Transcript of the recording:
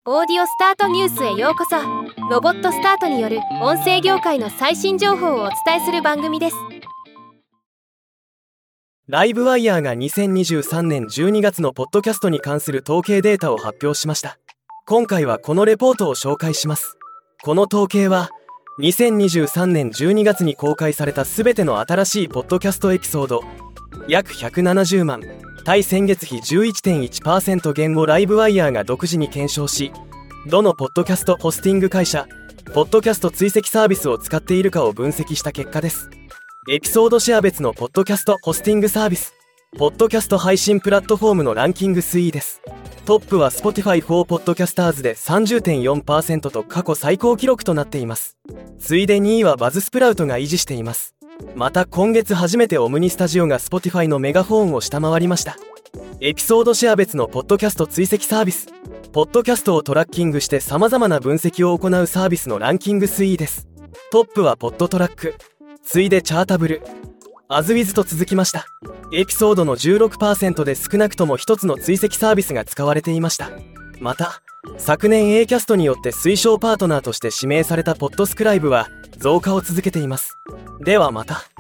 オーディオスタートニュースへようこそ。ロボットスタートによる音声業界の最新情報をお伝えする番組です。 ライブワイヤーが2023年12月のポッドキャストに関する統計データを発表しました。今回はこのレポートを紹介します。この統計は2023年12月に公開されたすべての新しいポッドキャストエピソード約170万対先月比 11.1% 減をライブワイヤーが独自に検証し、どのポッドキャストホスティング会社、ポッドキャスト追跡サービスを使っているかを分析した結果です。エピソードシェア別のポッドキャストホスティングサービス、ポッドキャスト配信プラットフォームのランキング推移です。トップは Spotify for Podcasters で 30.4% と過去最高記録となっています。次いで2位はバズスプラウトが維持しています。また今月初めてオムニスタジオが Spotify のメガフォンを下回りました。エピソードシェア別のポッドキャスト追跡サービス、ポッドキャストをトラッキングして様々な分析を行うサービスのランキング推移です。トップはポッドトラック、次いでチャータブル、アズウィズと続きました。エピソードの 16% で少なくとも1つの追跡サービスが使われていました。また昨年 A キャストによって推奨パートナーとして指名されたポッドスクライブは増加を続けています。ではまた。